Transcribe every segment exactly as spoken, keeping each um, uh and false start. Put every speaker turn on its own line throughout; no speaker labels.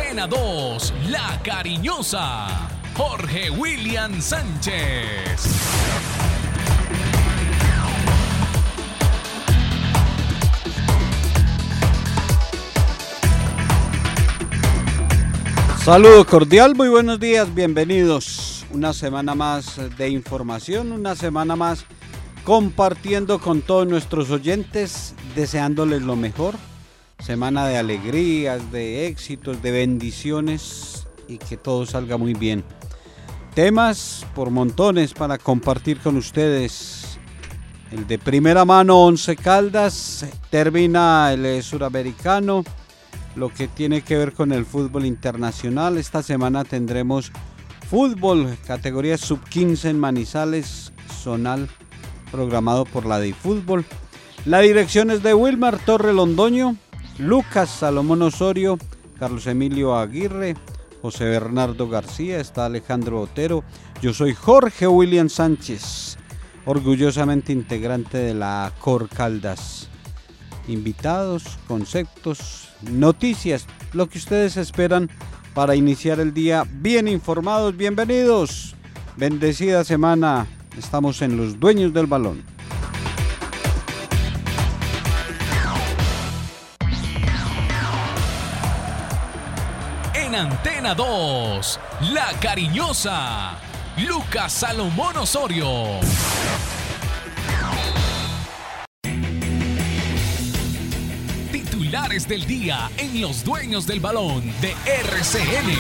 Antena dos, La Cariñosa, Jorge William Sánchez.
Saludo cordial, muy buenos días, bienvenidos. Una semana más de información, una semana más compartiendo con todos nuestros oyentes, deseándoles lo mejor. Semana de alegrías, de éxitos, de bendiciones y que todo salga muy bien. Temas por montones para compartir con ustedes. El de primera mano, Once Caldas, termina el suramericano. Lo que tiene que ver con el fútbol internacional. Esta semana tendremos fútbol, categoría sub quince en Manizales, zonal, programado por la DiFútbol. La dirección es de Wilmar Torre Londoño, Lucas Salomón Osorio, Carlos Emilio Aguirre, José Bernardo García, está Alejandro Otero. Yo soy Jorge William Sánchez, orgullosamente integrante de la Cor Caldas. Invitados, conceptos, noticias, lo que ustedes esperan para iniciar el día bien informados. Bienvenidos, bendecida semana, estamos en Los Dueños del Balón.
En Antena dos, La Cariñosa, Lucas Salomón Osorio. Titulares del día en Los Dueños del Balón de R C N.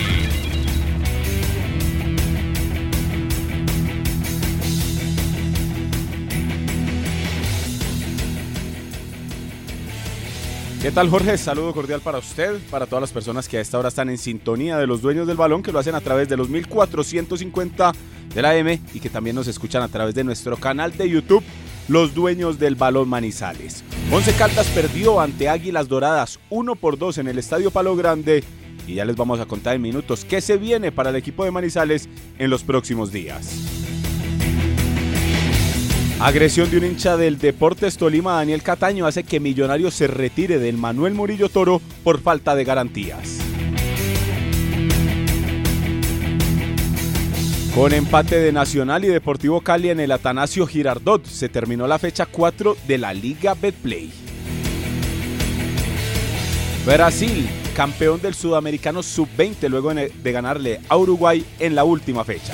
¿Qué tal, Jorge? Saludo cordial para usted, para todas las personas que a esta hora están en sintonía de Los Dueños del Balón, que lo hacen a través de los mil cuatrocientos cincuenta de la M y que también nos escuchan a través de nuestro canal de YouTube, Los Dueños del Balón Manizales. Once Caldas perdió ante Águilas Doradas uno por dos en el Estadio Palo Grande y ya les vamos a contar en minutos qué se viene para el equipo de Manizales en los próximos días. Agresión de un hincha del Deportes Tolima, Daniel Cataño, hace que Millonarios se retire del Manuel Murillo Toro por falta de garantías. Con empate de Nacional y Deportivo Cali en el Atanasio Girardot, se terminó la fecha cuatro de la Liga Betplay. Brasil, campeón del Sudamericano sub veinte luego de ganarle a Uruguay en la última fecha.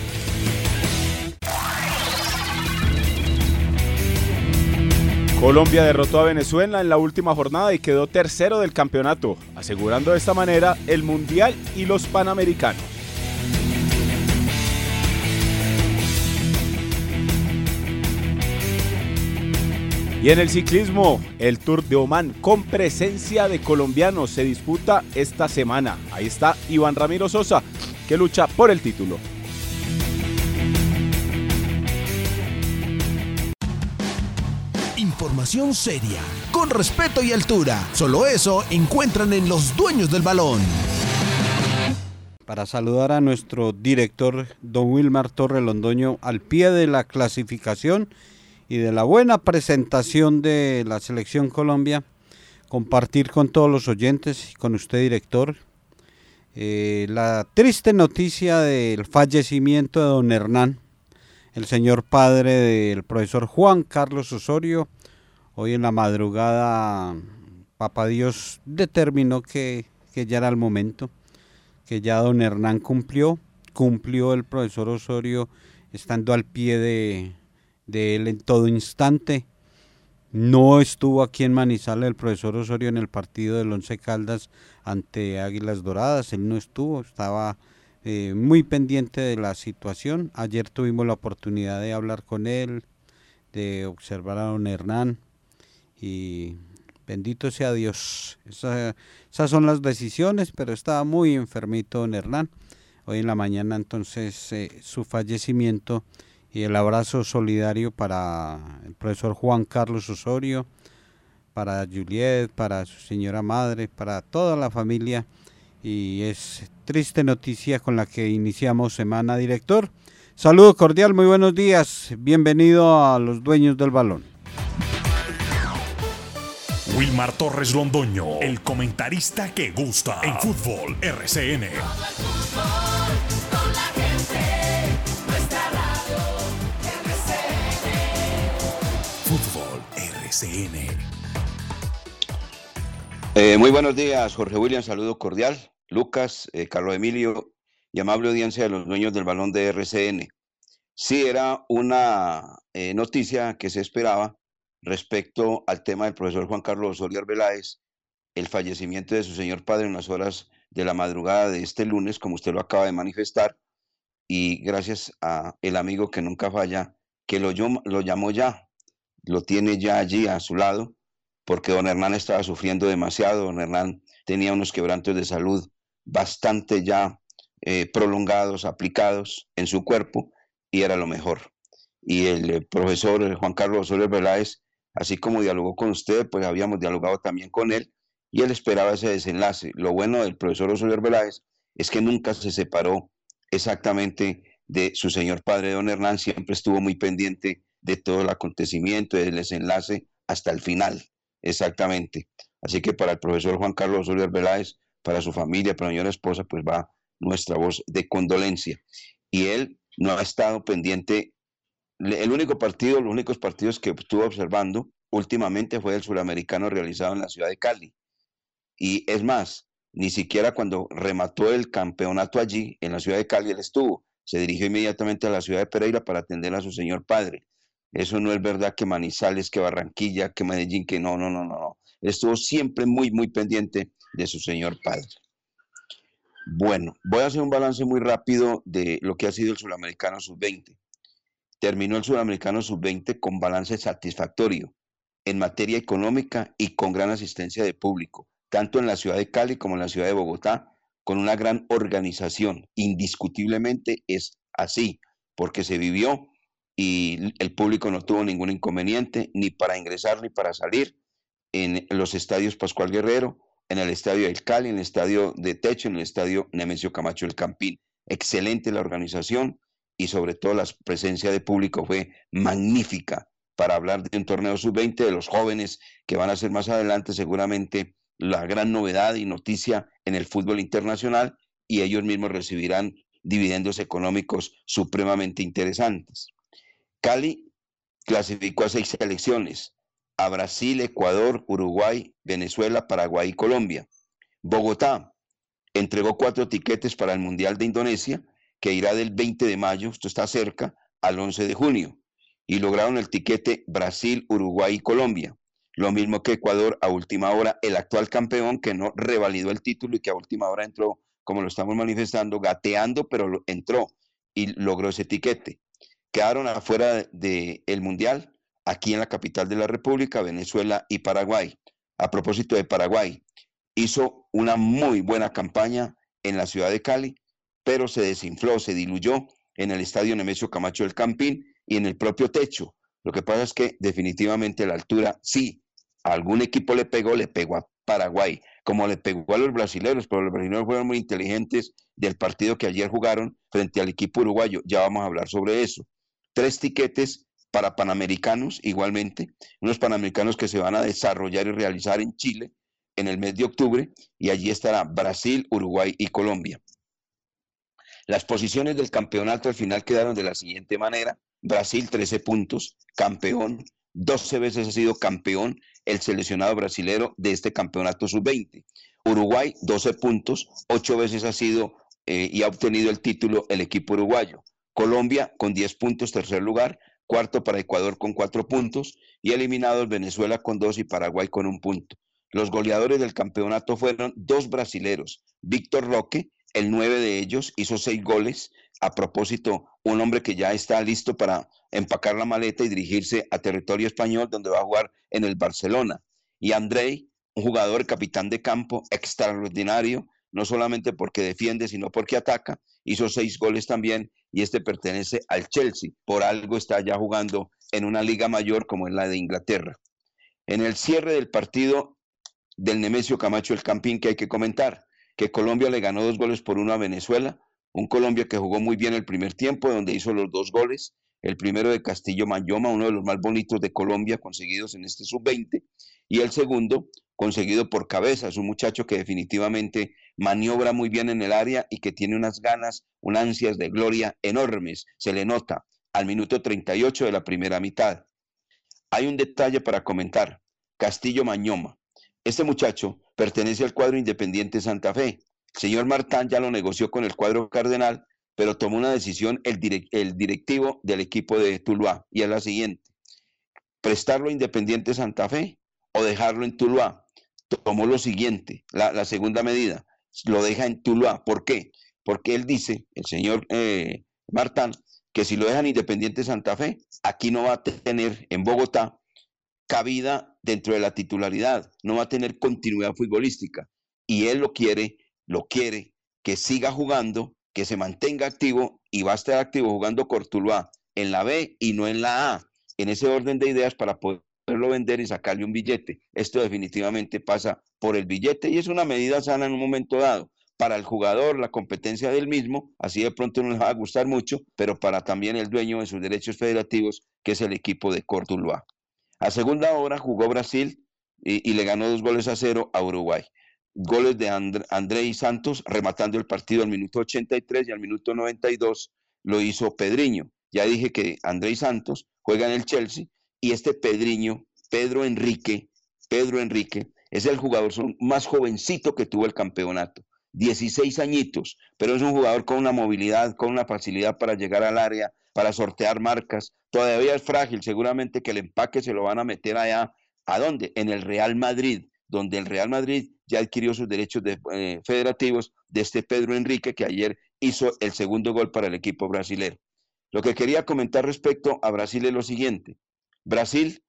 Colombia derrotó a Venezuela en la última jornada y quedó tercero del campeonato, asegurando de esta manera el Mundial y los Panamericanos. Y en el ciclismo, el Tour de Omán con presencia de colombianos se disputa esta semana. Ahí está Iván Ramiro Sosa, que lucha por el título.
Información seria, con respeto y altura. Solo eso encuentran en Los Dueños del Balón.
Para saludar a nuestro director, don Wilmar Torre Londoño, al pie de la clasificación y de la buena presentación de la Selección Colombia, compartir con todos los oyentes y con usted, director, eh, la triste noticia del fallecimiento de don Hernán, el señor padre del profesor Juan Carlos Osorio. Hoy en la madrugada, Papá Dios determinó que, que ya era el momento, que ya don Hernán cumplió, cumplió el profesor Osorio estando al pie de, de él en todo instante. No estuvo aquí en Manizales el profesor Osorio en el partido del Once Caldas ante Águilas Doradas, él no estuvo, estaba eh, muy pendiente de la situación. Ayer tuvimos la oportunidad de hablar con él, de observar a don Hernán y bendito sea Dios. Esa, esas son las decisiones, pero estaba muy enfermito don Hernán. Hoy en la mañana entonces eh, su fallecimiento y el abrazo solidario para el profesor Juan Carlos Osorio, para Juliet, para su señora madre, para toda la familia, y es triste noticia con la que iniciamos semana, director. Saludo cordial, muy buenos días, bienvenido a Los Dueños del Balón.
Wilmar Torres Londoño, el comentarista que gusta en Fútbol R C N. Fútbol R C N.
Eh, muy buenos días, Jorge William, saludo cordial. Lucas, eh, Carlos Emilio y amable audiencia de los dueños del balón de R C N. Sí, era una eh, noticia que se esperaba respecto al tema del profesor Juan Carlos Osorio Arbeláez, el fallecimiento de su señor padre en las horas de la madrugada de este lunes, como usted lo acaba de manifestar, y gracias a el amigo que nunca falla, que lo, lo llamó ya, lo tiene ya allí a su lado, porque don Hernán estaba sufriendo demasiado. Don Hernán tenía unos quebrantos de salud bastante ya eh, prolongados, aplicados en su cuerpo, y era lo mejor. Y el eh, profesor el Juan Carlos Osorio Arbeláez, así como dialogó con usted, pues habíamos dialogado también con él, y él esperaba ese desenlace. Lo bueno del profesor Osorio Arbeláez es que nunca se separó exactamente de su señor padre, don Hernán, siempre estuvo muy pendiente de todo el acontecimiento, del desenlace hasta el final, exactamente. Así que para el profesor Juan Carlos Osorio Arbeláez, para su familia, para la señora esposa, pues va nuestra voz de condolencia. Y él no ha estado pendiente. El único partido, los únicos partidos que estuvo observando últimamente fue el suramericano realizado en la ciudad de Cali. Y es más, ni siquiera cuando remató el campeonato allí, en la ciudad de Cali, él estuvo. Se dirigió inmediatamente a la ciudad de Pereira para atender a su señor padre. Eso no es verdad que Manizales, que Barranquilla, que Medellín, que no, no, no, no, no. Estuvo siempre muy, muy pendiente de su señor padre. Bueno, voy a hacer un balance muy rápido de lo que ha sido el Suramericano sub veinte. Terminó el Suramericano sub veinte con balance satisfactorio en materia económica y con gran asistencia de público, tanto en la ciudad de Cali como en la ciudad de Bogotá, con una gran organización. Indiscutiblemente es así, porque se vivió y el público no tuvo ningún inconveniente, ni para ingresar ni para salir, en los estadios Pascual Guerrero, en el estadio del Cali, en el estadio de Techo, en el estadio Nemesio Camacho del Campín. Excelente la organización y sobre todo la presencia de público fue magnífica para hablar de un torneo sub veinte, de los jóvenes que van a ser más adelante seguramente la gran novedad y noticia en el fútbol internacional, y ellos mismos recibirán dividendos económicos supremamente interesantes. Cali clasificó a seis selecciones: a Brasil, Ecuador, Uruguay, Venezuela, Paraguay y Colombia. Bogotá entregó cuatro tiquetes para el Mundial de Indonesia, que irá del veinte de mayo, esto está cerca, al once de junio, y lograron el tiquete Brasil, Uruguay y Colombia. Lo mismo que Ecuador a última hora, el actual campeón que no revalidó el título y que a última hora entró, como lo estamos manifestando, gateando, pero entró y logró ese tiquete. Quedaron afuera del de Mundial, aquí en la capital de la República, Venezuela y Paraguay. A propósito de Paraguay, hizo una muy buena campaña en la ciudad de Cali, pero se desinfló, se diluyó en el estadio Nemesio Camacho del Campín y en el propio Techo. Lo que pasa es que definitivamente la altura, sí, a algún equipo le pegó, le pegó a Paraguay, como le pegó a los brasileños, pero los brasileños fueron muy inteligentes del partido que ayer jugaron frente al equipo uruguayo. Ya vamos a hablar sobre eso. Tres tiquetes para panamericanos, igualmente, unos panamericanos que se van a desarrollar y realizar en Chile en el mes de octubre, y allí estará Brasil, Uruguay y Colombia. Las posiciones del campeonato al final quedaron de la siguiente manera: Brasil trece puntos, campeón, doce veces ha sido campeón el seleccionado brasilero de este campeonato sub veinte. Uruguay doce puntos, ocho veces ha sido eh, y ha obtenido el título el equipo uruguayo. Colombia con diez puntos, tercer lugar. Cuarto para Ecuador con cuatro puntos, y eliminados Venezuela con dos y Paraguay con un punto. Los goleadores del campeonato fueron dos brasileros. Víctor Roque, el nueve de ellos, hizo seis goles. A propósito, un hombre que ya está listo para empacar la maleta y dirigirse a territorio español, donde va a jugar en el Barcelona. Y Andrei, un jugador capitán de campo extraordinario, no solamente porque defiende, sino porque ataca, hizo seis goles también, y este pertenece al Chelsea. Por algo está ya jugando en una liga mayor como es la de Inglaterra. En el cierre del partido del Nemesio Camacho del Campín, que hay que comentar, que Colombia le ganó dos goles por uno a Venezuela, un Colombia que jugó muy bien el primer tiempo, donde hizo los dos goles, el primero de Castillo Mayoma, uno de los más bonitos de Colombia conseguidos en este sub veinte, y el segundo conseguido por Cabezas, un muchacho que definitivamente maniobra muy bien en el área y que tiene unas ganas, unas ansias de gloria enormes, se le nota al minuto treinta y ocho de la primera mitad. Hay un detalle para comentar, Castillo Mayoma. Este muchacho pertenece al cuadro Independiente Santa Fe. El señor Martán ya lo negoció con el cuadro Cardenal, pero tomó una decisión el, direct, el directivo del equipo de Tuluá, y es la siguiente: prestarlo a Independiente Santa Fe o dejarlo en Tuluá. Tomó lo siguiente, la, la segunda medida, lo deja en Tuluá. ¿Por qué? Porque él dice, el señor eh, Martán, que si lo dejan Independiente Santa Fe, aquí no va a tener en Bogotá cabida dentro de la titularidad, no va a tener continuidad futbolística, y él lo quiere, lo quiere que siga jugando, que se mantenga activo, y va a estar activo jugando Cortuluá en la B y no en la A, en ese orden de ideas para poderlo vender y sacarle un billete. Esto definitivamente pasa por el billete y es una medida sana en un momento dado. Para el jugador, la competencia del mismo, así de pronto no les va a gustar mucho, pero para también el dueño de sus derechos federativos, que es el equipo de Cortuluá. A segunda hora jugó Brasil y, y le ganó dos goles a cero a Uruguay. Goles de And Andrei Santos rematando el partido al minuto ochenta y tres, y al minuto noventa y dos lo hizo Pedriño. Ya dije que Andrei Santos juega en el Chelsea, y este Pedriño, Pedro Enrique, Pedro Enrique, es el jugador más jovencito que tuvo el campeonato. dieciséis añitos, pero es un jugador con una movilidad, con una facilidad para llegar al área, para sortear marcas. Todavía es frágil, seguramente que el empaque se lo van a meter allá. ¿A dónde? En el Real Madrid, donde el Real Madrid ya adquirió sus derechos de, eh, federativos de este Pedro Enrique, que ayer hizo el segundo gol para el equipo brasilero. Lo que quería comentar respecto a Brasil es lo siguiente. Brasil,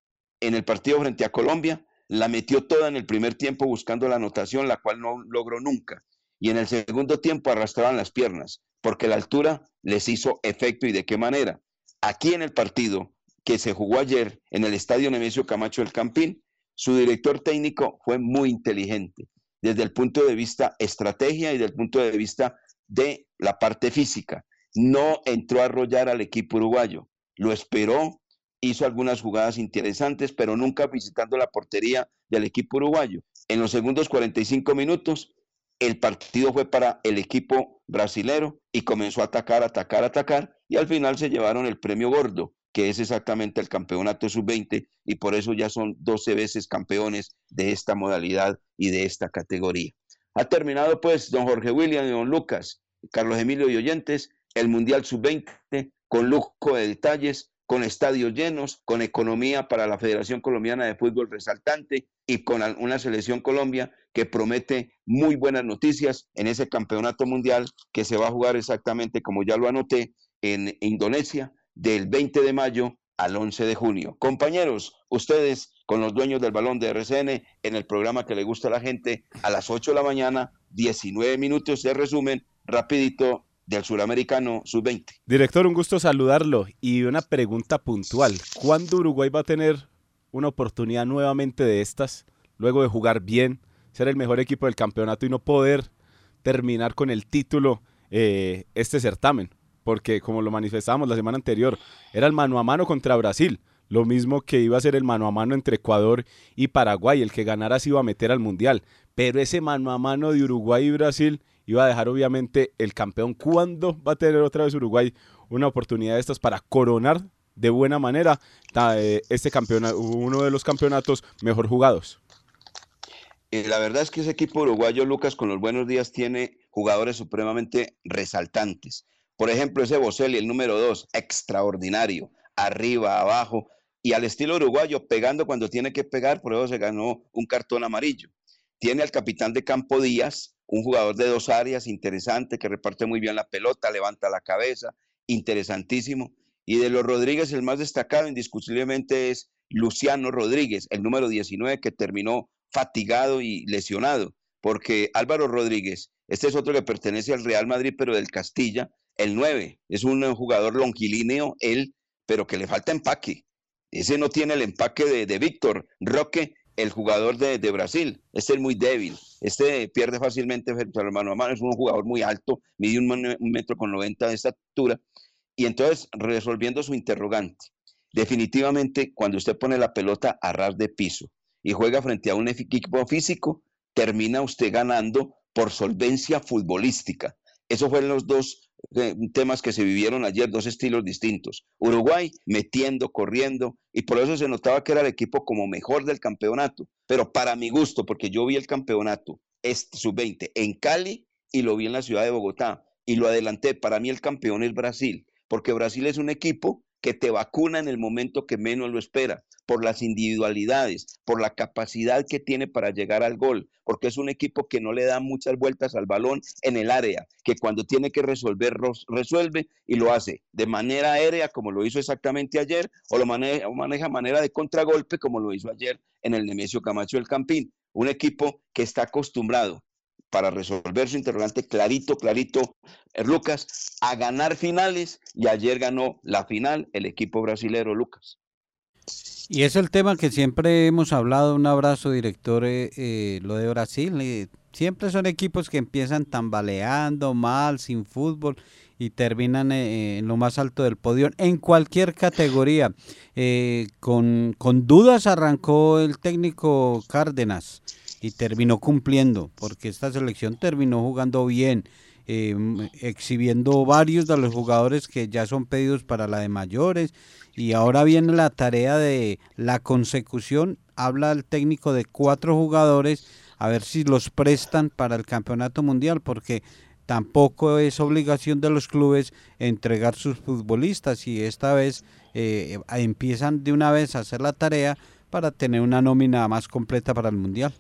en el partido frente a Colombia, la metió toda en el primer tiempo buscando la anotación, la cual no logró nunca. Y en el segundo tiempo arrastraban las piernas, porque la altura les hizo efecto. ¿Y de qué manera? Aquí en el partido que se jugó ayer en el estadio Nemesio Camacho del Campín, su director técnico fue muy inteligente, desde el punto de vista estrategia y desde el punto de vista de la parte física. No entró a arrollar al equipo uruguayo, lo esperó, hizo algunas jugadas interesantes, pero nunca visitando la portería del equipo uruguayo. En los segundos cuarenta y cinco minutos, el partido fue para el equipo brasilero y comenzó a atacar, atacar, atacar, y al final se llevaron el premio gordo, que es exactamente el campeonato sub veinte, y por eso ya son doce veces campeones de esta modalidad y de esta categoría. Ha terminado pues, don Jorge William y don Lucas, Carlos Emilio y oyentes, el Mundial sub veinte con lujo de detalles, con estadios llenos, con economía para la Federación Colombiana de Fútbol resaltante y con una selección Colombia que promete muy buenas noticias en ese campeonato mundial que se va a jugar exactamente, como ya lo anoté, en Indonesia, del veinte de mayo al once de junio. Compañeros, ustedes con los dueños del balón de R C N en el programa que le gusta a la gente, a las ocho de la mañana, diecinueve minutos de resumen rapidito del suramericano sub veinte.
Director, un gusto saludarlo y una pregunta puntual. ¿Cuándo Uruguay va a tener una oportunidad nuevamente de estas, luego de jugar bien, ser el mejor equipo del campeonato y no poder terminar con el título eh, este certamen? Porque como lo manifestábamos la semana anterior, era el mano a mano contra Brasil, lo mismo que iba a ser el mano a mano entre Ecuador y Paraguay, el que ganara se iba a meter al Mundial, pero ese mano a mano de Uruguay y Brasil iba a dejar obviamente el campeón. ¿Cuándo va a tener otra vez Uruguay una oportunidad de estas para coronar de buena manera este campeonato, uno de los campeonatos mejor jugados?
Eh, la verdad es que ese equipo uruguayo, Lucas, con los buenos días, tiene jugadores supremamente resaltantes. Por ejemplo, ese Boselli, el número dos, extraordinario, arriba, abajo, y al estilo uruguayo, pegando cuando tiene que pegar, por eso se ganó un cartón amarillo. Tiene al capitán de campo Díaz, un jugador de dos áreas, interesante, que reparte muy bien la pelota, levanta la cabeza, interesantísimo. Y de los Rodríguez, el más destacado indiscutiblemente es Luciano Rodríguez, el número diecinueve, que terminó fatigado y lesionado, porque Álvaro Rodríguez, este es otro que pertenece al Real Madrid, pero del Castilla, el nueve, es un jugador longilíneo, él, pero que le falta empaque. Ese no tiene el empaque de, de Víctor Roque, el jugador de, de Brasil. Este es muy débil, este pierde fácilmente frente al mano a mano, es un jugador muy alto, mide un, un metro con noventa de estatura, Y entonces, resolviendo su interrogante, definitivamente cuando usted pone la pelota a ras de piso y juega frente a un equipo físico, termina usted ganando por solvencia futbolística. Esos fueron los dos eh, temas que se vivieron ayer, dos estilos distintos. Uruguay metiendo, corriendo, y por eso se notaba que era el equipo como mejor del campeonato. Pero para mi gusto, porque yo vi el campeonato este, sub veinte en Cali y lo vi en la ciudad de Bogotá, y lo adelanté, para mí el campeón es Brasil, porque Brasil es un equipo que te vacuna en el momento que menos lo espera, por las individualidades, por la capacidad que tiene para llegar al gol, porque es un equipo que no le da muchas vueltas al balón en el área, que cuando tiene que resolver, resuelve y lo hace de manera aérea, como lo hizo exactamente ayer, o lo maneja, o maneja manera de contragolpe, como lo hizo ayer en el Nemesio Camacho del Campín. Un equipo que está acostumbrado, para resolver su interrogante clarito, clarito, eh, Lucas, a ganar finales, y ayer ganó la final el equipo brasilero, Lucas.
Y es el tema que siempre hemos hablado. Un abrazo, director, eh, eh, lo de Brasil. Eh, siempre son equipos que empiezan tambaleando mal, sin fútbol, y terminan eh, en lo más alto del podio en cualquier categoría. Eh, con, con dudas arrancó el técnico Cárdenas y terminó cumpliendo, porque esta selección terminó jugando bien, eh, exhibiendo varios de los jugadores que ya son pedidos para la de mayores, y ahora viene la tarea de la consecución. Habla el técnico de cuatro jugadores, a ver si los prestan para el campeonato mundial, porque tampoco es obligación de los clubes entregar sus futbolistas, y esta vez eh, empiezan de una vez a hacer la tarea para tener una nómina más completa para el mundial.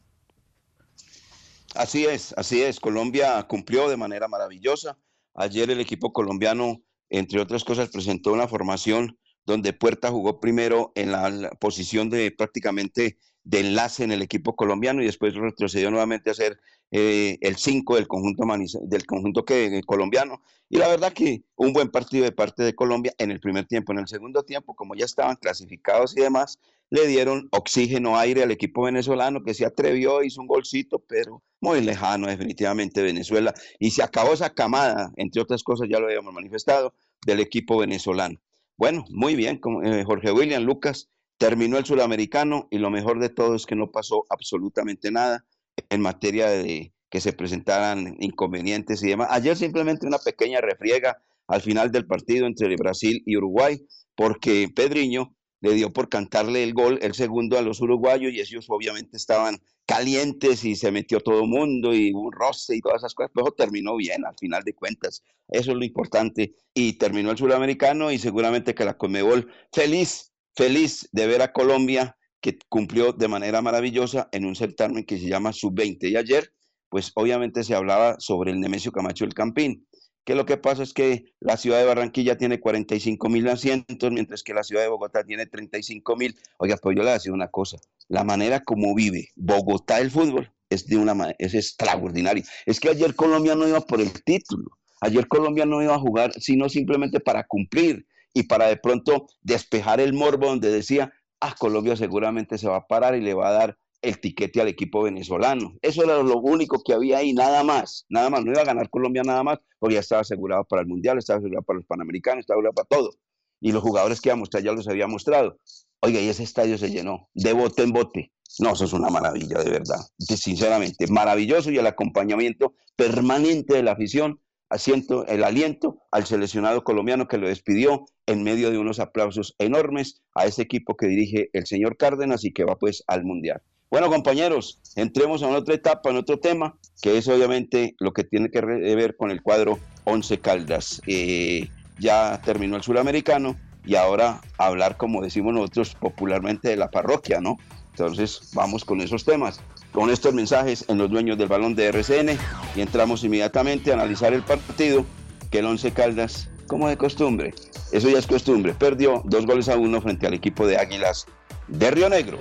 Así es, así es. Colombia cumplió de manera maravillosa. Ayer el equipo colombiano, entre otras cosas, presentó una formación donde Puerta jugó primero en la, la posición de prácticamente de enlace en el equipo colombiano, y después retrocedió nuevamente a ser eh, el cinco del conjunto, del conjunto que, colombiano. Y la verdad que un buen partido de parte de Colombia en el primer tiempo. En el segundo tiempo, como ya estaban clasificados y demás, le dieron oxígeno, aire al equipo venezolano, que se atrevió, hizo un golcito, pero muy lejano definitivamente Venezuela, y se acabó esa camada, entre otras cosas, ya lo habíamos manifestado, del equipo venezolano. Bueno, muy bien, eh, Jorge William, Lucas, terminó el suramericano, y lo mejor de todo es que no pasó absolutamente nada en materia de que se presentaran inconvenientes y demás. Ayer simplemente una pequeña refriega al final del partido entre Brasil y Uruguay, porque Pedriño le dio por cantarle el gol, el segundo, a los uruguayos, y ellos obviamente estaban calientes y se metió todo el mundo y un roce y todas esas cosas, pero terminó bien al final de cuentas. Eso es lo importante, y terminó el suramericano, y seguramente que la Conmebol feliz, feliz de ver a Colombia, que cumplió de manera maravillosa en un certamen que se llama sub veinte. Y ayer, pues obviamente se hablaba sobre el Nemesio Camacho del Campín, que lo que pasa es que la ciudad de Barranquilla tiene cuarenta y cinco mil asientos, mientras que la ciudad de Bogotá tiene treinta y cinco mil. Oiga, pues yo le voy a decir una cosa, la manera como vive Bogotá el fútbol es de una manera, es extraordinaria. Es que ayer Colombia no iba por el título, ayer Colombia no iba a jugar, sino simplemente para cumplir y para de pronto despejar el morbo, donde decía, ah, Colombia seguramente se va a parar y le va a dar el tiquete al equipo venezolano. Eso era lo único que había ahí, nada más, nada más. No iba a ganar Colombia nada más, porque ya estaba asegurado para el Mundial, estaba asegurado para los Panamericanos, estaba asegurado para todo. Y los jugadores que iba a mostrar ya los había mostrado. Oiga, y ese estadio se llenó, de bote en bote. No, eso es una maravilla, de verdad. Sinceramente, maravilloso, y el acompañamiento permanente de la afición, asiento, el aliento al seleccionado colombiano, que lo despidió en medio de unos aplausos enormes a ese equipo que dirige el señor Cárdenas y que va pues al Mundial. Bueno, compañeros, entremos a otra etapa, en otro tema, que es obviamente lo que tiene que ver con el cuadro Once Caldas. Eh, ya terminó el suramericano, y ahora hablar, como decimos nosotros popularmente, de la parroquia, ¿no? Entonces, vamos con esos temas, con estos mensajes en los dueños del balón de R C N, y entramos inmediatamente a analizar el partido, que el Once Caldas, como de costumbre, eso ya es costumbre, perdió dos goles a uno frente al equipo de Águilas de Río Negro.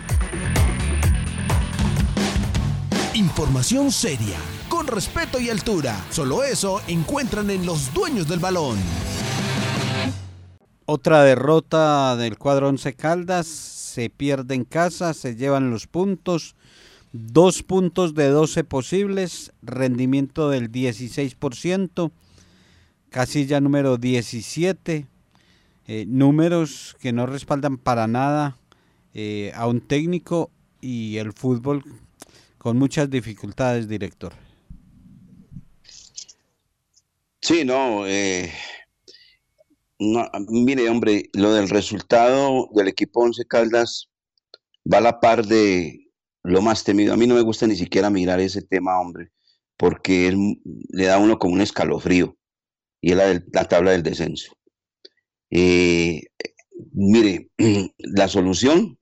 Información seria, con respeto y altura. Solo eso encuentran en los dueños del balón.
Otra derrota del cuadro Once Caldas, se pierde en casa, se llevan los puntos, dos puntos de doce posibles, rendimiento del dieciséis por ciento. casilla número diecisiete, eh, números que no respaldan para nada eh, a un técnico y el fútbol con muchas dificultades, director.
Sí, no, eh, no, mire, hombre, lo del resultado del equipo Once Caldas va a la par de lo más temido. A mí no me gusta ni siquiera mirar ese tema, hombre, porque es, le da a uno como un escalofrío, y es la, del, la tabla del descenso. Eh, mire, la solución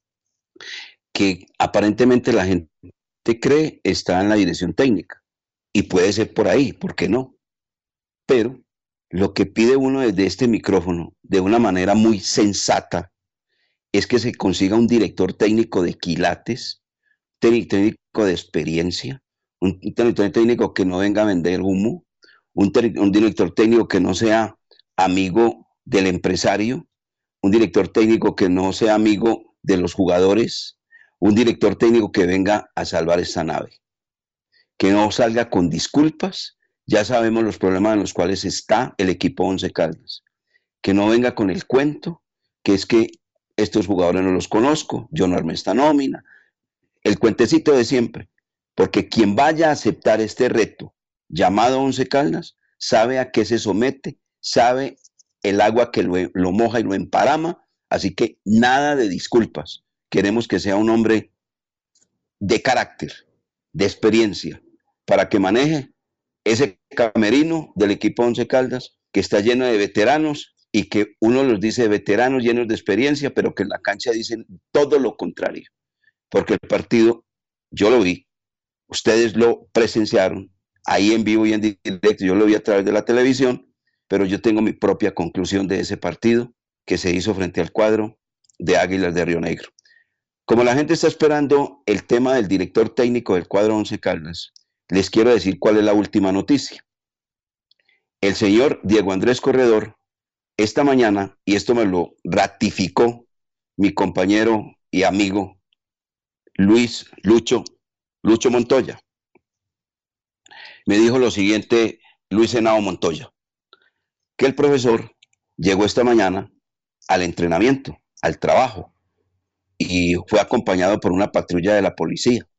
que aparentemente la gente cree está en la dirección técnica, y puede ser por ahí, ¿por qué no? Pero lo que pide uno desde este micrófono, de una manera muy sensata, es que se consiga un director técnico de quilates, técnico de experiencia, un director técnico que no venga a vender humo, un, un director técnico que no sea amigo del empresario, un director técnico que no sea amigo de los jugadores, un director técnico que venga a salvar esta nave, que no salga con disculpas. Ya sabemos los problemas en los cuales está el equipo Once Caldas, que no venga con el cuento, que es que estos jugadores no los conozco, yo no armé esta nómina, el cuentecito de siempre, porque quien vaya a aceptar este reto llamado Once Caldas, sabe a qué se somete, sabe el agua que lo, lo moja y lo emparama, así que nada de disculpas, queremos que sea un hombre de carácter, de experiencia, para que maneje ese camerino del equipo Once Caldas, que está lleno de veteranos, y que uno los dice veteranos llenos de experiencia, pero que en la cancha dicen todo lo contrario, porque el partido, yo lo vi, ustedes lo presenciaron, ahí en vivo y en directo, yo lo vi a través de la televisión, pero yo tengo mi propia conclusión de ese partido que se hizo frente al cuadro de Águilas de Río Negro. Como la gente está esperando el tema del director técnico del cuadro Once Caldas, les quiero decir cuál es la última noticia. El señor Diego Andrés Corredor, esta mañana, y esto me lo ratificó mi compañero y amigo Luis Lucho, Lucho Montoya, me dijo lo siguiente, Luis Henao Montoya, que el profesor llegó esta mañana al entrenamiento, al trabajo, y fue acompañado por una patrulla de la policía.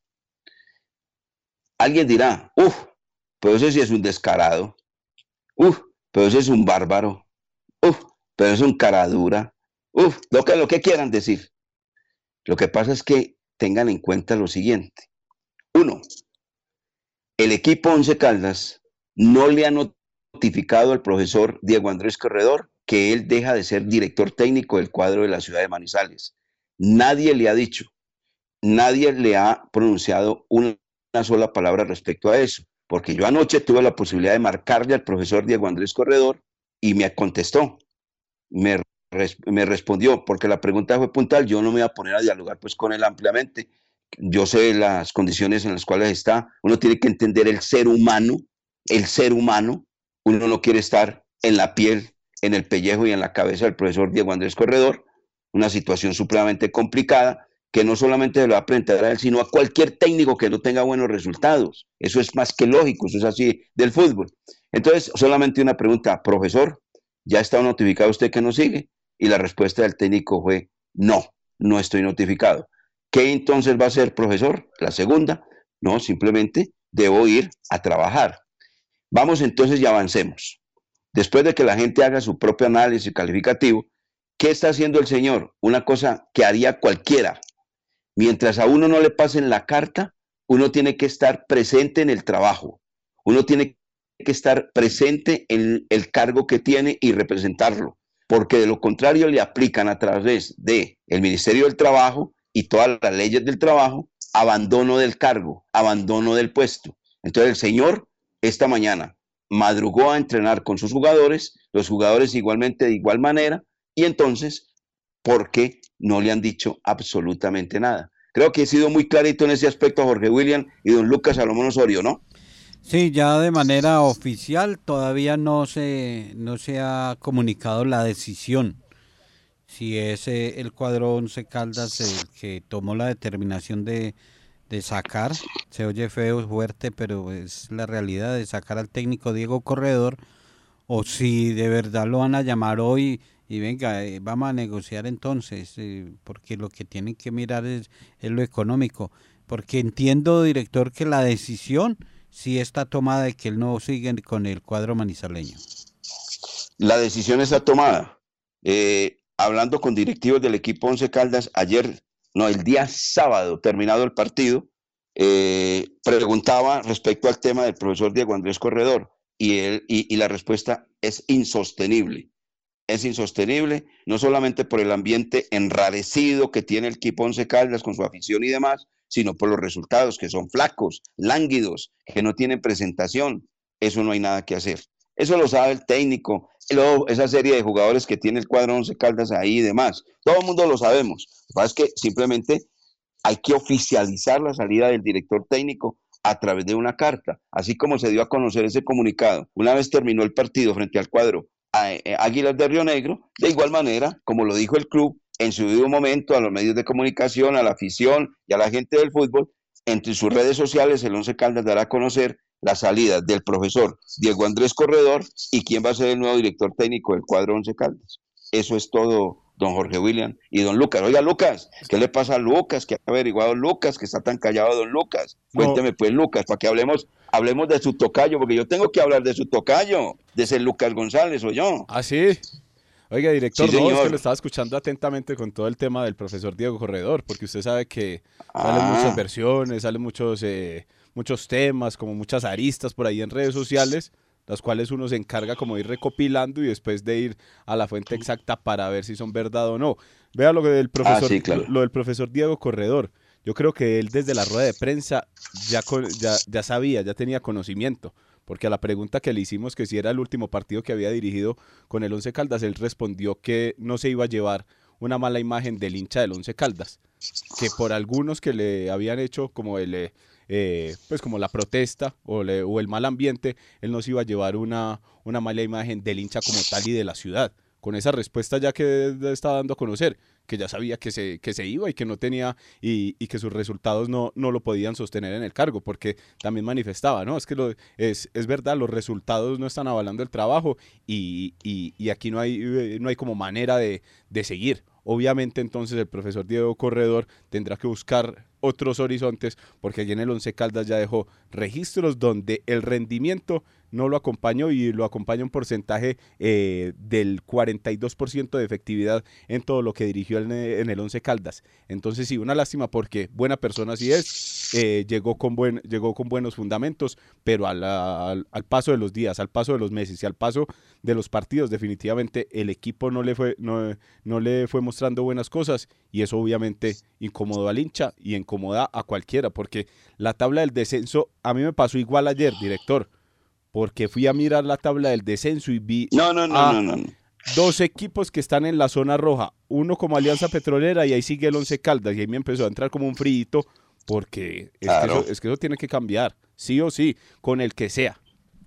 Alguien dirá, uff, pero ese sí es un descarado, uff, pero ese es un bárbaro, uff, pero es un cara dura, uff, lo que, lo que quieran decir. Lo que pasa es que tengan en cuenta lo siguiente. Uno, el equipo Once Caldas no le ha notificado al profesor Diego Andrés Corredor que él deja de ser director técnico del cuadro de la ciudad de Manizales. Nadie le ha dicho, nadie le ha pronunciado una una sola palabra respecto a eso, porque yo anoche tuve la posibilidad de marcarle al profesor Diego Andrés Corredor y me contestó, me, res, me respondió, porque la pregunta fue puntual, yo no me voy a poner a dialogar pues con él ampliamente, yo sé las condiciones en las cuales está, uno tiene que entender el ser humano, el ser humano, uno no quiere estar en la piel, en el pellejo y en la cabeza del profesor Diego Andrés Corredor, una situación supremamente complicada, que no solamente se lo va a presentar a él, sino a cualquier técnico que no tenga buenos resultados. Eso es más que lógico, eso es así del fútbol. Entonces, solamente una pregunta, profesor, ¿ya está notificado usted que no sigue? Y la respuesta del técnico fue, no, no estoy notificado. ¿Qué entonces va a hacer, profesor? La segunda, no, simplemente debo ir a trabajar. Vamos entonces y avancemos. Después de que la gente haga su propio análisis calificativo, ¿qué está haciendo el señor? Una cosa que haría cualquiera. Mientras a uno no le pasen la carta, uno tiene que estar presente en el trabajo. Uno tiene que estar presente en el cargo que tiene y representarlo. Porque de lo contrario le aplican a través del Ministerio del Trabajo y todas las leyes del trabajo, abandono del cargo, abandono del puesto. Entonces el señor esta mañana madrugó a entrenar con sus jugadores, los jugadores igualmente de igual manera, y entonces, ¿por qué no le han dicho absolutamente nada? Creo que he sido muy clarito en ese aspecto, Jorge William y don Lucas Salomón Osorio, ¿no?
Sí, ya de manera oficial todavía no se, no se ha comunicado la decisión. Si es eh, el cuadro Once Caldas el que tomó la determinación de, de sacar, se oye feo, fuerte, pero es la realidad de sacar al técnico Diego Corredor, o si de verdad lo van a llamar hoy y venga, eh, vamos a negociar entonces, eh, porque lo que tienen que mirar es, es lo económico, porque entiendo, director, que la decisión sí está tomada de que él no sigue con el cuadro manizaleño.
La decisión está tomada. Eh, hablando con directivos del equipo Once Caldas, ayer, no, el día sábado, terminado el partido, eh, preguntaba respecto al tema del profesor Diego Andrés Corredor, y, él, y, y la respuesta es insostenible. Es insostenible, no solamente por el ambiente enrarecido que tiene el equipo Once Caldas con su afición y demás, sino por los resultados que son flacos, lánguidos, que no tienen presentación. Eso no hay nada que hacer. Eso lo sabe el técnico, luego esa serie de jugadores que tiene el cuadro Once Caldas ahí y demás. Todo el mundo lo sabemos. Lo que pasa es que simplemente hay que oficializar la salida del director técnico a través de una carta, así como se dio a conocer ese comunicado. Una vez terminó el partido frente al cuadro Águilas de Río Negro, de igual manera, como lo dijo el club, en su debido momento a los medios de comunicación, a la afición y a la gente del fútbol, entre sus redes sociales, el Once Caldas dará a conocer la salida del profesor Diego Andrés Corredor y quién va a ser el nuevo director técnico del cuadro Once Caldas. Eso es todo, don Jorge William y don Lucas. Oiga, Lucas, ¿qué le pasa a Lucas? ¿Qué ha averiguado Lucas? Que está tan callado don Lucas. Cuénteme, no. pues, Lucas, para que hablemos hablemos de su tocayo, porque yo tengo que hablar de su tocayo, de ese Lucas González, o yo.
Ah, sí. Oiga, director,
sí,
no, es que lo estaba escuchando atentamente con todo el tema del profesor Diego Corredor, porque usted sabe que salen ah. muchas versiones, salen muchos, eh, muchos temas, como muchas aristas por ahí en redes sociales, las cuales uno se encarga como de ir recopilando y después de ir a la fuente exacta para ver si son verdad o no. Vea lo del profesor, ah, sí, claro. lo, lo del profesor Diego Corredor. Yo creo que él desde la rueda de prensa ya, ya, ya sabía, ya tenía conocimiento, porque a la pregunta que le hicimos que si era el último partido que había dirigido con el Once Caldas, él respondió que no se iba a llevar una mala imagen del hincha del Once Caldas, que por algunos que le habían hecho como el, eh, pues como la protesta o, le, o el mal ambiente, él no se iba a llevar una, una mala imagen del hincha como tal y de la ciudad. Con esa respuesta ya que estaba dando a conocer, que ya sabía que se, que se iba y que no tenía, y, y que sus resultados no, no lo podían sostener en el cargo, porque también manifestaba, ¿no? Es que lo, es, es verdad, los resultados no están avalando el trabajo y, y, y aquí no hay, no hay como manera de, de seguir. Obviamente entonces el profesor Diego Corredor tendrá que buscar otros horizontes, porque allí en el Once Caldas ya dejó registros donde el rendimiento no lo acompañó y lo acompaña un porcentaje eh, del cuarenta y dos por ciento de efectividad en todo lo que dirigió en, en el Once Caldas. Entonces sí, una lástima porque buena persona sí es, eh, llegó, con buen, llegó con buenos fundamentos, pero al, al, al paso de los días, al paso de los meses y al paso de los partidos, definitivamente el equipo no le fue, no, no le fue mostrando buenas cosas y eso obviamente incomodó al hincha y incomoda a cualquiera, porque la tabla del descenso, a mí me pasó igual ayer, director, porque fui a mirar la tabla del descenso y vi
no, no, no,
a
no, no, no.
dos equipos que están en la zona roja, uno como Alianza Petrolera y ahí sigue el Once Caldas, y ahí me empezó a entrar como un frío, porque es, claro. que eso, es que eso tiene que cambiar, sí o sí, con el que sea.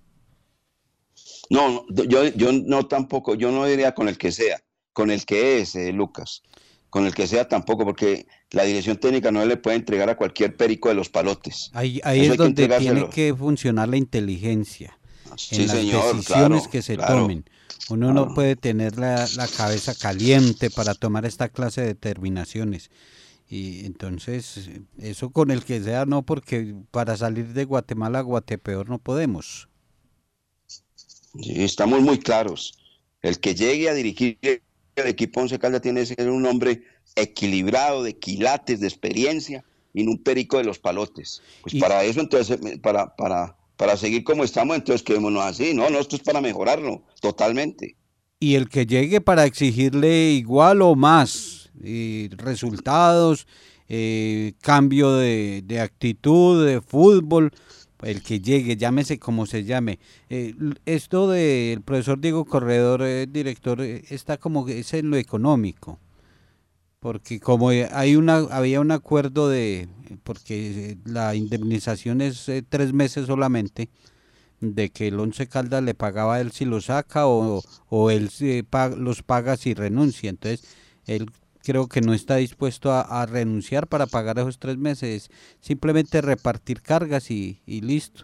No, yo, yo no tampoco, yo no diría con el que sea, con el que es, eh, Lucas, con el que sea tampoco, porque la dirección técnica no le puede entregar a cualquier perico de los palotes.
Ahí, ahí es donde tiene que funcionar la inteligencia,
sí,
en las
señor,
decisiones
claro,
que se
claro,
tomen. Uno
claro.
no puede tener la, la cabeza caliente para tomar esta clase de determinaciones. Y entonces, eso con el que sea no, porque para salir de Guatemala a Guatepeor no podemos.
Sí, estamos muy claros. El que llegue a dirigir el equipo Once Caldas tiene que ser un hombre equilibrado, de quilates, de experiencia, y no un perico de los palotes. Pues y, para eso, entonces, para, para, para seguir como estamos, entonces quedémonos así. No, no, esto es para mejorarlo, totalmente.
Y el que llegue para exigirle igual o más eh, resultados, eh, cambio de, de actitud, de fútbol, el que llegue, llámese como se llame. Eh, esto del profesor Diego Corredor, eh, director, eh, está como que es en lo económico, porque como hay una había un acuerdo de, porque la indemnización es eh, tres meses solamente, de que el Once Caldas le pagaba a él si lo saca o, o él eh, pag, los paga si renuncia, entonces él creo que no está dispuesto a, a renunciar para pagar esos tres meses, simplemente repartir cargas y, y listo.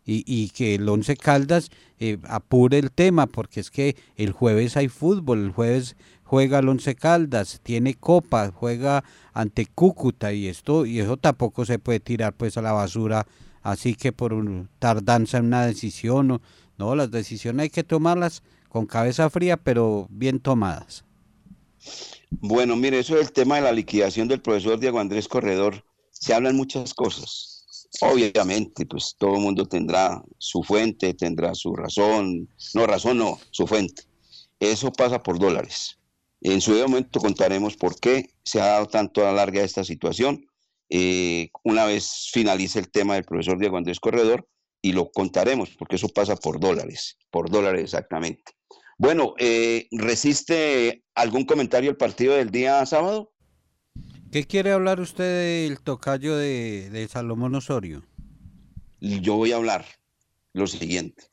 y, y que el Once Caldas eh, apure el tema, porque es que el jueves hay fútbol, el jueves juega el Once Caldas, tiene copa, juega ante Cúcuta y esto y eso tampoco se puede tirar pues a la basura, así que por un tardanza en una decisión, no, no, las decisiones hay que tomarlas con cabeza fría, pero bien tomadas.
Bueno, mire, eso del tema de la liquidación del profesor Diego Andrés Corredor, se hablan muchas cosas. Obviamente, pues todo el mundo tendrá su fuente, tendrá su razón, no razón, no, su fuente. Eso pasa por dólares. En su momento contaremos por qué se ha dado tanto alargue a esta situación. Eh, una vez finalice el tema del profesor Diego Andrés Corredor, y lo contaremos, porque eso pasa por dólares, por dólares exactamente. Bueno, eh, ¿resiste algún comentario el partido del día sábado?
¿Qué quiere hablar usted del tocayo de, de Salomón Osorio?
Yo voy a hablar lo siguiente.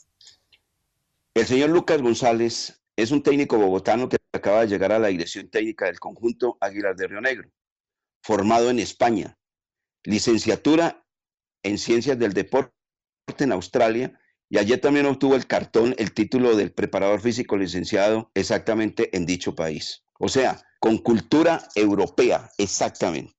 El señor Lucas González es un técnico bogotano que acaba de llegar a la dirección técnica del conjunto Águilas de Río Negro, formado en España, licenciatura en Ciencias del Deporte en Australia, y ayer también obtuvo el cartón, el título del preparador físico licenciado exactamente en dicho país. O sea, con cultura europea, exactamente.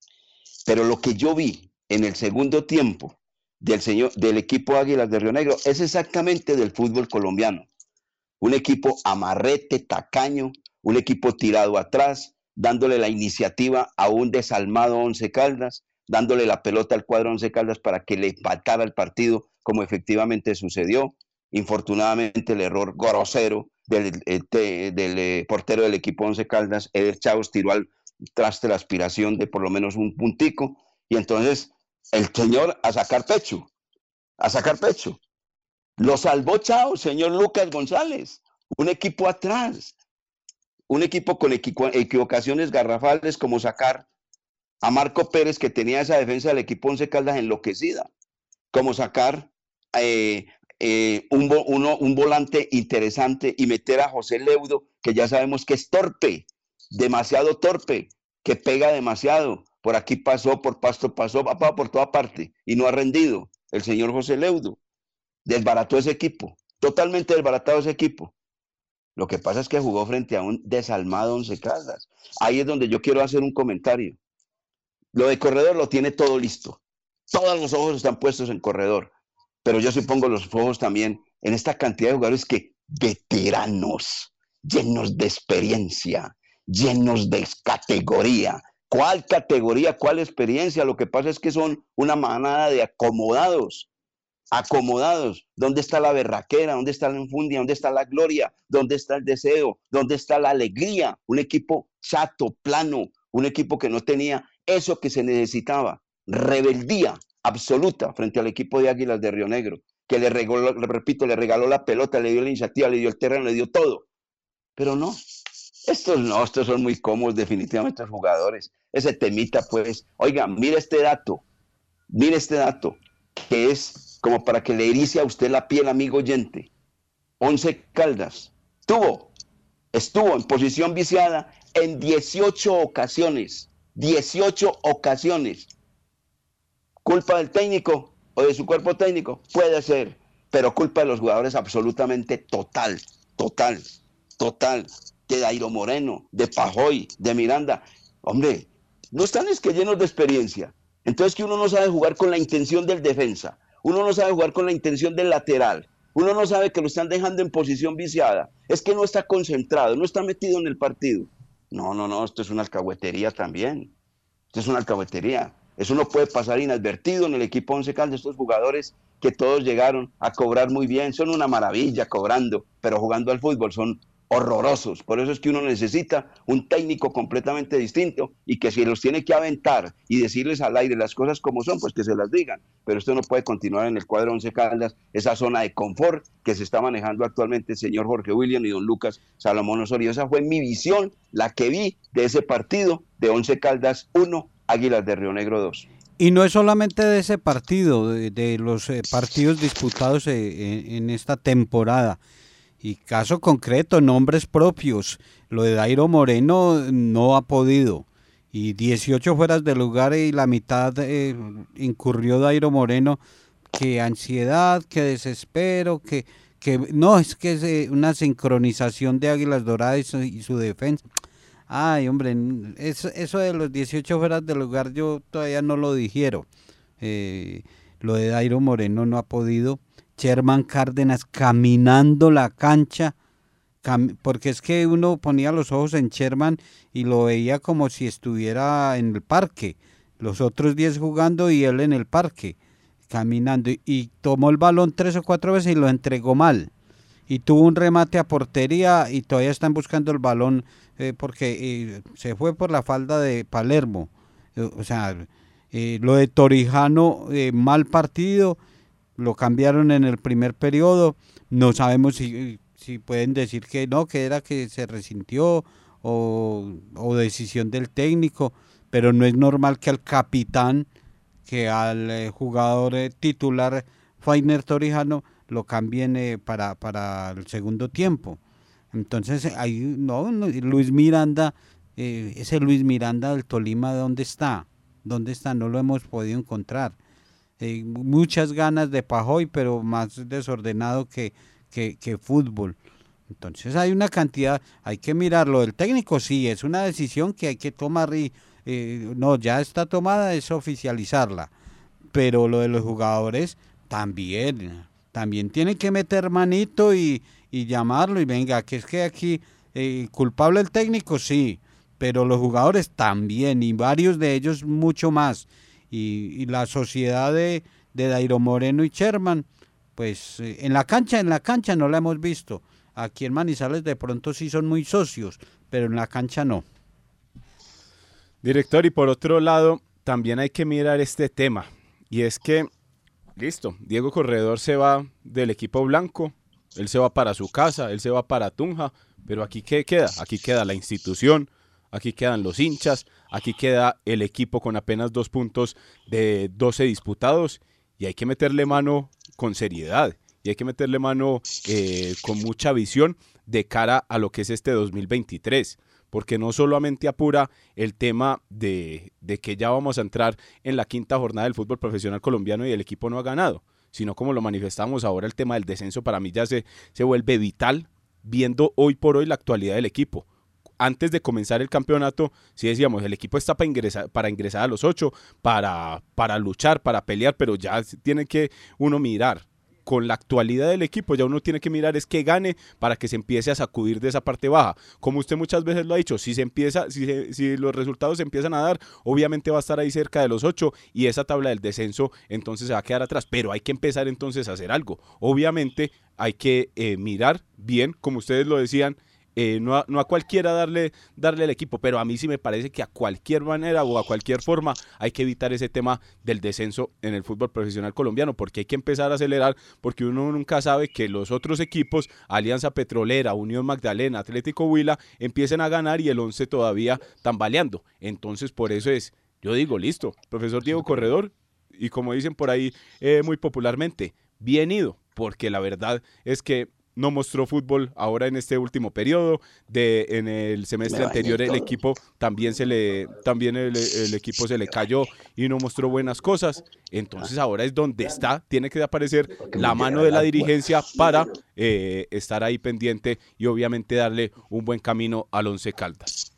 Pero lo que yo vi en el segundo tiempo del, señor, del equipo Águilas de Río Negro es exactamente del fútbol colombiano. Un equipo amarrete, tacaño, un equipo tirado atrás, dándole la iniciativa a un desalmado Once Caldas, dándole la pelota al cuadro Once Caldas para que le empatara el partido, como efectivamente sucedió. Infortunadamente el error grosero del, del, del portero del equipo Once Caldas, Eder Chavos, tiró al traste la aspiración de por lo menos un puntico, y entonces el señor a sacar pecho, a sacar pecho. Lo salvó Chao, señor Lucas González, un equipo atrás, un equipo con equivo- equivocaciones garrafales, como sacar a Marco Pérez, que tenía esa defensa del equipo Once Caldas enloquecida, como sacar eh, eh, un, uno, un volante interesante y meter a José Leudo, que ya sabemos que es torpe, demasiado torpe, que pega demasiado. Por aquí pasó, por Pasto pasó, papá, por toda parte, y no ha rendido el señor José Leudo. Desbarató ese equipo, totalmente desbaratado ese equipo. Lo que pasa es que jugó frente a un desalmado Once Caldas. Ahí es donde yo quiero hacer un comentario. Lo de Corredor lo tiene todo listo. Todos los ojos están puestos en Corredor. Pero yo sí pongo los ojos también en esta cantidad de jugadores que veteranos, llenos de experiencia, llenos de categoría. ¿Cuál categoría? ¿Cuál experiencia? Lo que pasa es que son una manada de acomodados. Acomodados. ¿Dónde está la berraquera? ¿Dónde está la enfundia? ¿Dónde está la gloria? ¿Dónde está el deseo? ¿Dónde está la alegría? Un equipo chato, plano, un equipo que no tenía eso que se necesitaba, rebeldía absoluta frente al equipo de Águilas de Río Negro, que le regaló, le repito, le regaló la pelota, le dio la iniciativa, le dio el terreno, le dio todo. Pero no, estos no, estos son muy cómodos definitivamente los jugadores. Ese temita, pues, oiga, mire este dato, mire este dato, que es como para que le erice a usted la piel, amigo oyente. Once Caldas tuvo, estuvo en posición viciada en dieciocho ocasiones. dieciocho ocasiones. ¿Culpa del técnico o de su cuerpo técnico? Puede ser, pero culpa de los jugadores absolutamente total, total, total. De Dairo Moreno, de Pajoy, de Miranda. Hombre, no están es que llenos de experiencia. Entonces que uno no sabe jugar con la intención del defensa, uno no sabe jugar con la intención del lateral, uno no sabe que lo están dejando en posición viciada. Es que no está concentrado, no está metido en el partido. No, no, no, esto es una alcahuetería también. Esto es una alcahuetería. Eso no puede pasar inadvertido en el equipo Once Caldas. Estos jugadores que todos llegaron a cobrar muy bien, son una maravilla cobrando, pero jugando al fútbol son horrorosos. Por eso es que uno necesita un técnico completamente distinto y que si los tiene que aventar y decirles al aire las cosas como son, pues que se las digan. Pero esto no puede continuar en el cuadro Once Caldas, esa zona de confort que se está manejando actualmente el señor Jorge William y don Lucas Salomón Osorio. Esa fue mi visión, la que vi de ese partido de Once Caldas uno, Águilas de Río Negro dos.
Y no es solamente de ese partido, de, de los eh, partidos disputados eh, en, en esta temporada. Y caso concreto, nombres propios. Lo de Dairo Moreno no ha podido. Y dieciocho fueras de lugar y la mitad eh, incurrió Dairo Moreno, que ansiedad, que desespero, que, que no, es que es eh, una sincronización de Águilas Doradas y su, y su defensa. Ay, hombre, eso, eso de los dieciocho fueras de lugar yo todavía no lo digiero. Eh, lo de Dairo Moreno no ha podido. Sherman Cárdenas caminando la cancha, cam porque es que uno ponía los ojos en Sherman y lo veía como si estuviera en el parque. Los otros diez jugando y él en el parque, caminando. Y, y tomó el balón tres o cuatro veces y lo entregó mal. Y tuvo un remate a portería y todavía están buscando el balón eh, porque eh, se fue por la falda de Palermo. Eh, o sea, eh, lo de Torijano, eh, mal partido, lo cambiaron en el primer periodo. No sabemos si, si pueden decir que no, que era que se resintió o, o decisión del técnico, pero no es normal que al capitán, que al eh, jugador eh, titular Fainer Torijano, lo cambien eh, para, para el segundo tiempo. Entonces, ahí no, no Luis Miranda, eh, ese Luis Miranda del Tolima, ¿dónde está? ¿Dónde está? No lo hemos podido encontrar. Eh, muchas ganas de Pajoy, pero más desordenado que, que, que fútbol. Entonces hay una cantidad, hay que mirarlo. El técnico sí, es una decisión que hay que tomar y eh, no, ya está tomada, es oficializarla. Pero lo de los jugadores también, también tienen que meter manito y, y llamarlo y venga, que es que aquí eh, culpable el técnico, sí, pero los jugadores también y varios de ellos mucho más. Y, y la sociedad de, de Dairo Moreno y Sherman, pues eh, en la cancha, en la cancha no la hemos visto. Aquí en Manizales de pronto sí son muy socios, pero en la cancha no.
Director, y por otro lado, también hay que mirar este tema, y es que listo, Diego Corredor se va del equipo blanco, él se va para su casa, él se va para Tunja, pero aquí ¿qué queda? Aquí queda la institución, aquí quedan los hinchas, aquí queda el equipo con apenas dos puntos de doce disputados y hay que meterle mano con seriedad y hay que meterle mano eh, con mucha visión de cara a lo que es este dos mil veintitrés. Porque no solamente apura el tema de, de que ya vamos a entrar en la quinta jornada del fútbol profesional colombiano y el equipo no ha ganado, sino como lo manifestamos ahora, el tema del descenso para mí ya se, se vuelve vital, viendo hoy por hoy la actualidad del equipo. Antes de comenzar el campeonato, sí decíamos, el equipo está para ingresar, para ingresar a los ocho, para, para luchar, para pelear, pero ya tiene que uno mirar. Con la actualidad del equipo, ya uno tiene que mirar es que gane para que se empiece a sacudir de esa parte baja. Como usted muchas veces lo ha dicho, si se empieza, si, se, si los resultados se empiezan a dar, obviamente va a estar ahí cerca de los ocho y esa tabla del descenso entonces se va a quedar atrás. Pero hay que empezar entonces a hacer algo. Obviamente hay que eh, mirar bien, como ustedes lo decían, Eh, no, a, no a cualquiera darle, darle el equipo, pero a mí sí me parece que a cualquier manera o a cualquier forma hay que evitar ese tema del descenso en el fútbol profesional colombiano, porque hay que empezar a acelerar, porque uno nunca sabe que los otros equipos, Alianza Petrolera, Unión Magdalena, Atlético Huila, empiecen a ganar y el once todavía tambaleando. Entonces por eso es, yo digo, listo, profesor Diego Corredor, y como dicen por ahí eh, muy popularmente, bien ido, porque la verdad es que no mostró fútbol ahora en este último periodo, de en el semestre anterior el equipo también se le también el, el equipo se le cayó y no mostró buenas cosas, entonces ahora es donde está, tiene que aparecer la mano de la dirigencia para eh, estar ahí pendiente y obviamente darle un buen camino al Once Caldas.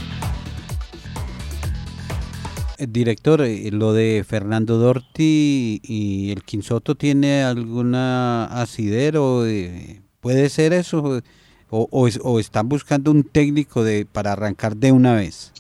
Director, lo de Fernando Dorti y el Quinsoto, ¿tiene alguna asidero? ¿Puede ser eso? ¿O, o, o están buscando un técnico de para arrancar de una vez?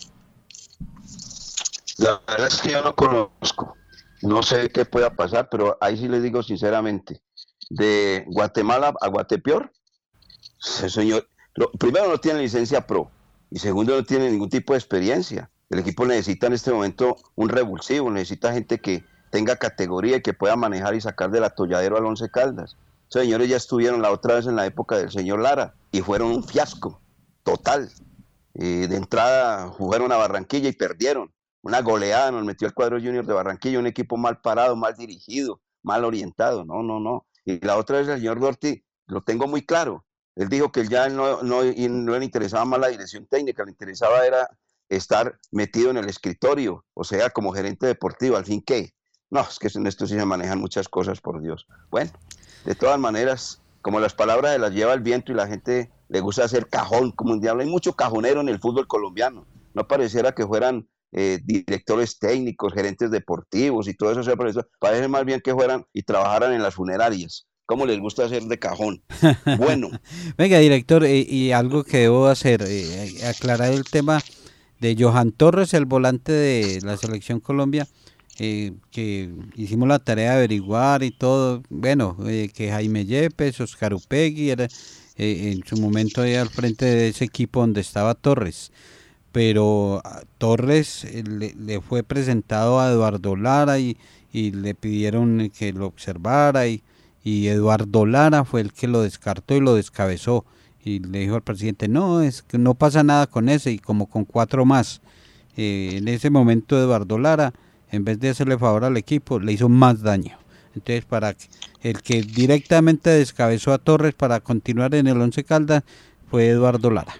La verdad es que yo no conozco. No sé qué pueda pasar, pero ahí sí les digo sinceramente. De Guatemala a Guatepeor, ese señor, lo, primero no tiene licencia pro y segundo no tiene ningún tipo de experiencia. El equipo necesita en este momento un revulsivo, necesita gente que tenga categoría y que pueda manejar y sacar del atolladero al Once Caldas. Esos señores ya estuvieron la otra vez en la época del señor Lara y fueron un fiasco total. Eh, de entrada jugaron a Barranquilla y perdieron. Una goleada nos metió el cuadro Junior de Barranquilla, un equipo mal parado, mal dirigido, mal orientado. No, no, no. Y la otra vez el señor Dorti, lo tengo muy claro. Él dijo que ya no, no, no le interesaba más la dirección técnica, le interesaba era estar metido en el escritorio, o sea, como gerente deportivo. Al fin, ¿qué? No, es que en esto sí se manejan muchas cosas, por Dios. Bueno, de todas maneras, como las palabras se las lleva el viento y la gente le gusta hacer cajón, como un diablo, hay mucho cajonero en el fútbol colombiano. No pareciera que fueran eh, directores técnicos, gerentes deportivos y todo eso, sea, por eso, parece más bien que fueran y trabajaran en las funerarias. ¿Cómo les gusta hacer de cajón? Bueno.
Venga, director, y, y algo que debo hacer, eh, aclarar el tema de Johan Torres, el volante de la Selección Colombia, eh, que hicimos la tarea de averiguar y todo. Bueno, eh, que Jaime Yepes, Oscar Upegui, era eh, en su momento ahí al frente de ese equipo donde estaba Torres. Pero a Torres eh, le, le fue presentado a Eduardo Lara y, y le pidieron que lo observara y, y Eduardo Lara fue el que lo descartó y lo descabezó y le dijo al presidente, no, es que no pasa nada con ese, y como con cuatro más. Eh, en ese momento Eduardo Lara, en vez de hacerle favor al equipo, le hizo más daño. Entonces, para que, el que directamente descabezó a Torres para continuar en el Once Caldas fue Eduardo Lara.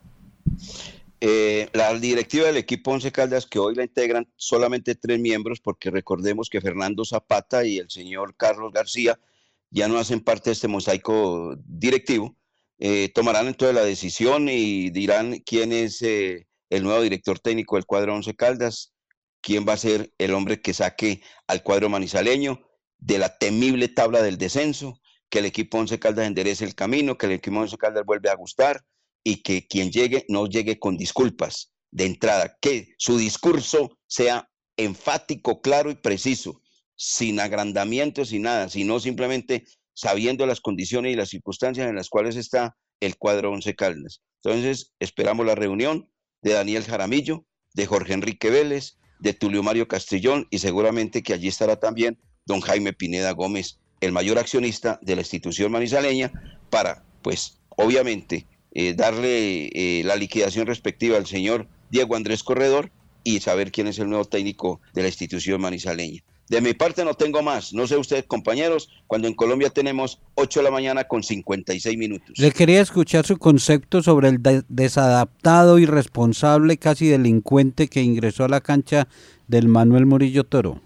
Eh, la directiva del equipo Once Caldas, que hoy la integran solamente tres miembros, porque recordemos que Fernando Zapata y el señor Carlos García ya no hacen parte de este mosaico directivo, eh, tomarán entonces la decisión y dirán quién es eh, el nuevo director técnico del cuadro Once Caldas, quién va a ser el hombre que saque al cuadro manizaleño de la temible tabla del descenso, que el equipo Once Caldas enderece el camino, que el equipo Once Caldas vuelve a gustar, y que quien llegue no llegue con disculpas de entrada, que su discurso sea enfático, claro y preciso, sin agrandamientos, sin nada, sino simplemente sabiendo las condiciones y las circunstancias en las cuales está el cuadro Once Caldas. Entonces, esperamos la reunión de Daniel Jaramillo, de Jorge Enrique Vélez, de Tulio Mario Castrillón, y seguramente que allí estará también don Jaime Pineda Gómez, el mayor accionista de la institución manizaleña, para, pues, obviamente, Eh, darle eh, la liquidación respectiva al señor Diego Andrés Corredor y saber quién es el nuevo técnico de la institución manizaleña. De mi parte no tengo más, no sé ustedes, compañeros, cuando en Colombia tenemos ocho de la mañana con cincuenta y seis minutos.
Le quería escuchar su concepto sobre el de- desadaptado, irresponsable, casi delincuente que ingresó a la cancha del Manuel Murillo Toro.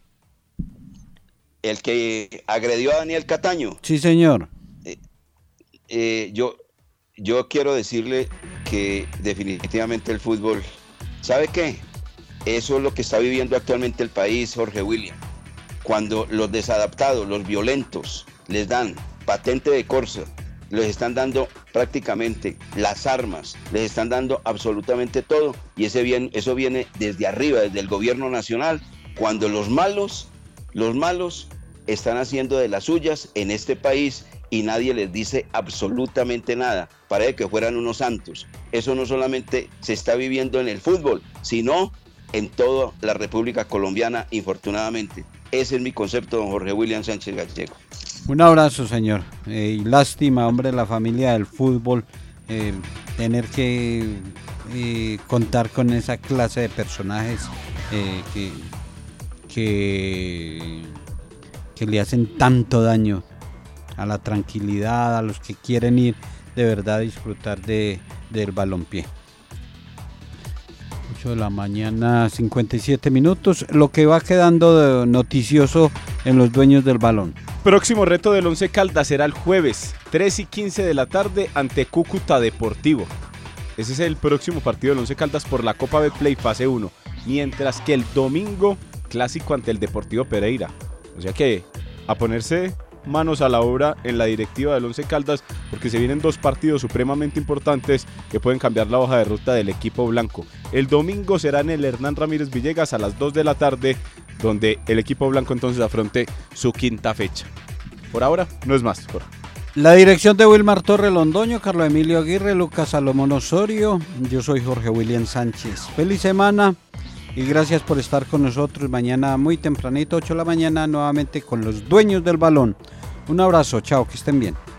El que agredió a Daniel Cataño.
Sí, señor.
Eh, eh, yo... Yo quiero decirle que definitivamente el fútbol, ¿sabe qué? Eso es lo que está viviendo actualmente el país, Jorge William. Cuando los desadaptados, los violentos, les dan patente de corsa, les están dando prácticamente las armas, les están dando absolutamente todo, y ese bien, eso viene desde arriba, desde el gobierno nacional, cuando los malos, los malos están haciendo de las suyas en este país y nadie les dice absolutamente nada, parece que fueran unos santos. Eso no solamente se está viviendo en el fútbol, sino en toda la República Colombiana, infortunadamente. Ese es mi concepto, don Jorge William Sánchez Gallego.
Un abrazo, señor. Eh, y lástima, hombre, la familia del fútbol, eh, tener que eh, contar con esa clase de personajes eh, que, que, que le hacen tanto daño a la tranquilidad, a los que quieren ir de verdad a disfrutar de, del balompié. ocho de la mañana, cincuenta y siete minutos, lo que va quedando de noticioso en los dueños del balón.
Próximo reto del Once Caldas será el jueves, tres y quince de la tarde ante Cúcuta Deportivo. Ese es el próximo partido del Once Caldas por la Copa Betplay fase uno, mientras que el domingo, clásico ante el Deportivo Pereira. O sea que a ponerse manos a la obra en la directiva del Once Caldas, porque se vienen dos partidos supremamente importantes que pueden cambiar la hoja de ruta del equipo blanco. El domingo será en el Hernán Ramírez Villegas a las dos de la tarde, donde el equipo blanco entonces afronte su quinta fecha. Por ahora no es más. Por...
La dirección de Wilmar Torre Londoño, Carlos Emilio Aguirre, Lucas Salomón Osorio, yo soy Jorge William Sánchez. Feliz semana y gracias por estar con nosotros. Mañana muy tempranito, ocho de la mañana, nuevamente con los dueños del balón. Un abrazo, chao, que estén bien.